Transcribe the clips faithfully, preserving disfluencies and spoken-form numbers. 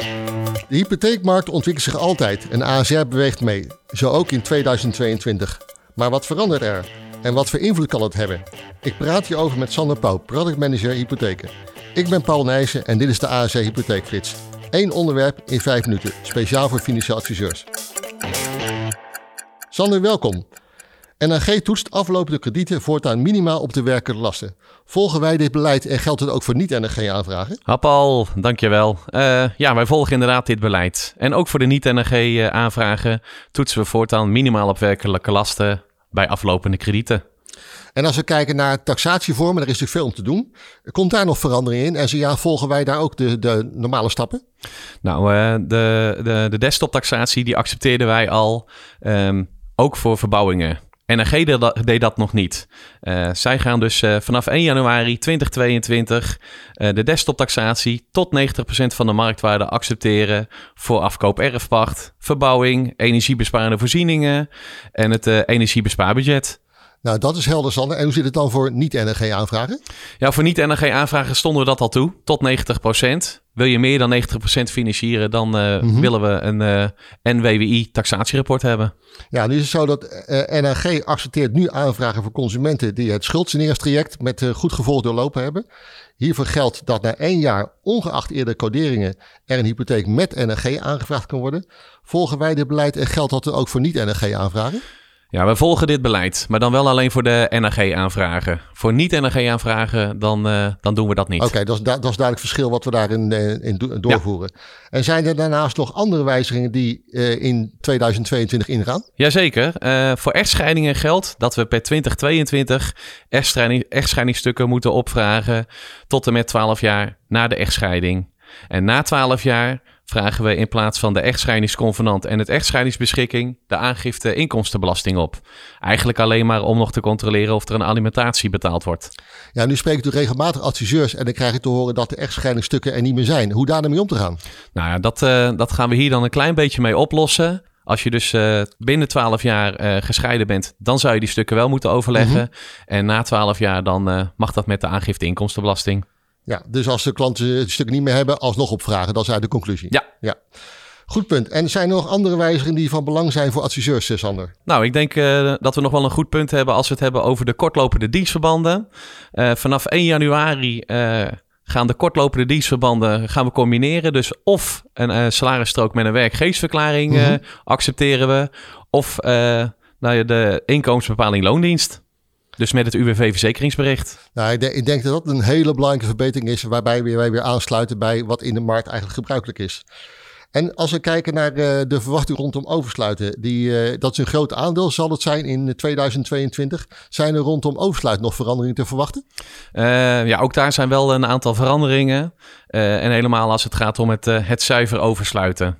De hypotheekmarkt ontwikkelt zich altijd en A S R beweegt mee. Zo ook in tweeduizend tweeëntwintig. Maar wat verandert er? En wat voor invloed kan het hebben? Ik praat hierover met Sander Pauw, Product Manager Hypotheken. Ik ben Paul Nijssen en dit is de A S R Hypotheekflits. Eén onderwerp in vijf minuten, speciaal voor financieel adviseurs. Sander, welkom. N H G toetst aflopende kredieten voortaan minimaal op de werkelijke lasten. Volgen wij dit beleid en geldt het ook voor niet-N H G-aanvragen? Ha Paul, dankjewel. Uh, ja, wij volgen inderdaad dit beleid. En ook voor de niet-N H G-aanvragen toetsen we voortaan minimaal op werkelijke lasten bij aflopende kredieten. En als we kijken naar taxatievormen, er is natuurlijk veel om te doen. Komt daar nog verandering in? En zo ja, volgen wij daar ook de, de normale stappen? Nou, uh, de, de, de desktop-taxatie die accepteerden wij al, um, ook voor verbouwingen. N H G deed dat nog niet. Uh, zij gaan dus uh, vanaf één januari tweeduizend tweeëntwintig uh, de desktop-taxatie tot negentig procent van de marktwaarde accepteren voor afkoop erfpacht, verbouwing, energiebesparende voorzieningen en het uh, energiebespaarbudget. Nou, dat is helder, Sander. En hoe zit het dan voor niet-N H G-aanvragen? Ja, voor niet-N H G-aanvragen stonden we dat al toe, tot negentig procent. Wil je meer dan negentig procent financieren, dan uh, mm-hmm. willen we een uh, N W W I-taxatierapport hebben. Ja, nu is het zo dat uh, N H G accepteert nu aanvragen voor consumenten die het schuldsaneringstraject met uh, goed gevolg doorlopen hebben. Hiervoor geldt dat na één jaar, ongeacht eerdere coderingen, er een hypotheek met N H G aangevraagd kan worden. Volgen wij dit beleid en geldt dat ook voor niet-N H G-aanvragen? Ja, we volgen dit beleid, maar dan wel alleen voor de N H G-aanvragen. Voor niet-N H G-aanvragen, dan, uh, dan doen we dat niet. Oké, okay, dat, dat is duidelijk verschil wat we daarin uh, in do- doorvoeren. Ja. En zijn er daarnaast nog andere wijzigingen die uh, in tweeduizend tweeëntwintig ingaan? Jazeker. Uh, voor echtscheidingen geldt dat we per twintig tweeëntwintig echtscheiding, echtscheidingsstukken moeten opvragen tot en met twaalf jaar na de echtscheiding. En na twaalf jaar vragen we in plaats van de echtscheidingsconvenant en het echtscheidingsbeschikking de aangifte inkomstenbelasting op. Eigenlijk alleen maar om nog te controleren of er een alimentatie betaald wordt. Ja, nu spreek ik natuurlijk regelmatig adviseurs en dan krijg je te horen dat de echtscheidingsstukken er niet meer zijn. Hoe daar dan mee om te gaan? Nou ja, dat, uh, dat gaan we hier dan een klein beetje mee oplossen. Als je dus uh, binnen twaalf jaar uh, gescheiden bent, dan zou je die stukken wel moeten overleggen. Mm-hmm. En na twaalf jaar dan uh, mag dat met de aangifte inkomstenbelasting. Ja, dus als de klanten het stuk niet meer hebben, alsnog opvragen. Dat is eigenlijk de conclusie. Ja. ja. Goed punt. En zijn er nog andere wijzigingen die van belang zijn voor adviseurs, Sander? Nou, ik denk uh, dat we nog wel een goed punt hebben als we het hebben over de kortlopende dienstverbanden. Uh, vanaf één januari uh, gaan de kortlopende dienstverbanden gaan we combineren. Dus of een uh, salarisstrook met een werkgeversverklaring uh, mm-hmm. accepteren we, of uh, nou ja, de inkomensbepaling loondienst. Dus met het U W V-verzekeringsbericht. Nou, ik, denk, ik denk dat dat een hele belangrijke verbetering is, waarbij wij weer aansluiten bij wat in de markt eigenlijk gebruikelijk is. En als we kijken naar uh, de verwachting rondom oversluiten, die, uh, dat is een groot aandeel, zal het zijn in tweeduizend tweeëntwintig. Zijn er rondom oversluit nog veranderingen te verwachten? Uh, ja, ook daar zijn wel een aantal veranderingen. Uh, en helemaal als het gaat om het, uh, het zuiver oversluiten.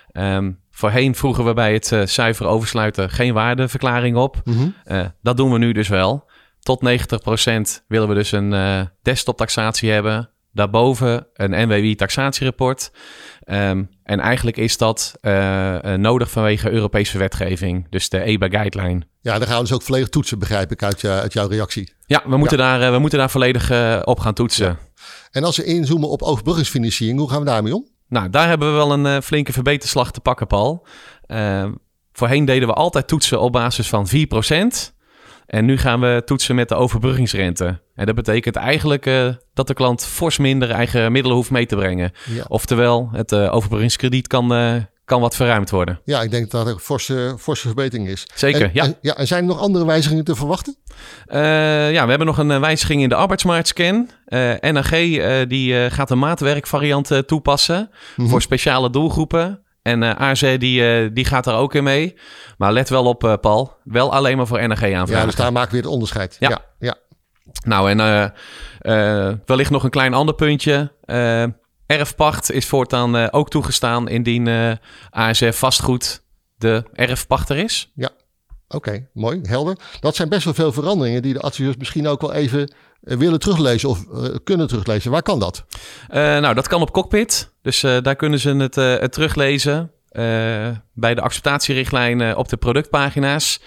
Um, Voorheen vroegen we bij het uh, zuiver oversluiten geen waardeverklaring op. Mm-hmm. Uh, dat doen we nu dus wel. Tot negentig procent willen we dus een uh, desktop-taxatie hebben. Daarboven een N W W I-taxatierapport. Um, en eigenlijk is dat uh, uh, nodig vanwege Europese wetgeving. Dus de E B A-guideline. Ja, daar gaan we dus ook volledig toetsen, begrijp ik, uit, uh, uit jouw reactie. Ja, we moeten, ja. Daar, uh, we moeten daar volledig uh, op gaan toetsen. Ja. En als we inzoomen op overbruggingsfinanciering, hoe gaan we daarmee om? Nou, daar hebben we wel een uh, flinke verbeterslag te pakken, Paul. Uh, voorheen deden we altijd toetsen op basis van vier procent. En nu gaan we toetsen met de overbruggingsrente. En dat betekent eigenlijk uh, dat de klant fors minder eigen middelen hoeft mee te brengen. Ja. Oftewel, het uh, overbruggingskrediet kan, uh, kan wat verruimd worden. Ja, ik denk dat dat een forse, forse verbetering is. Zeker, en, ja. En, ja. En zijn er nog andere wijzigingen te verwachten? Uh, ja, we hebben nog een wijziging in de arbeidsmarktscan. Uh, N H G uh, die, uh, gaat een maatwerkvariant uh, toepassen mm-hmm. voor speciale doelgroepen. En uh, A S R die, uh, die gaat daar ook in mee. Maar let wel op, uh, Paul. Wel alleen maar voor N H G-aanvragen. Ja, dus daar maken we weer het onderscheid. Ja. ja, ja. Nou, en uh, uh, wellicht nog een klein ander puntje. Uh, erfpacht is voortaan uh, ook toegestaan indien uh, A S R vastgoed de erfpachter is. Ja, oké. Okay, mooi. Helder. Dat zijn best wel veel veranderingen die de adviseurs misschien ook wel even uh, willen teruglezen of uh, kunnen teruglezen. Waar kan dat? Uh, nou, dat kan op Cockpit. Dus uh, daar kunnen ze het, uh, het teruglezen. Uh, bij de acceptatierichtlijn uh, op de productpagina's.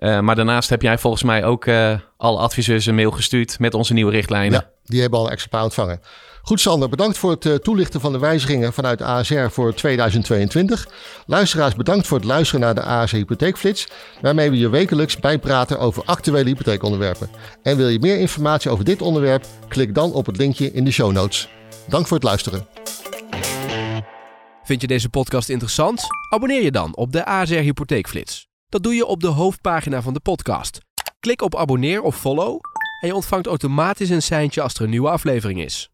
Uh, maar daarnaast heb jij volgens mij ook uh, alle adviseurs een mail gestuurd met onze nieuwe richtlijnen. Ja, die hebben al een extra ontvangen. Goed, Sander, bedankt voor het uh, toelichten van de wijzigingen vanuit A S R voor tweeduizend tweeëntwintig. Luisteraars, bedankt voor het luisteren naar de A S R Hypotheekflits, waarmee we je wekelijks bijpraten over actuele hypotheekonderwerpen. En wil je meer informatie over dit onderwerp? Klik dan op het linkje in de show notes. Dank voor het luisteren. Vind je deze podcast interessant? Abonneer je dan op de A S R Hypotheekflits. Dat doe je op de hoofdpagina van de podcast. Klik op abonneer of follow en je ontvangt automatisch een seintje als er een nieuwe aflevering is.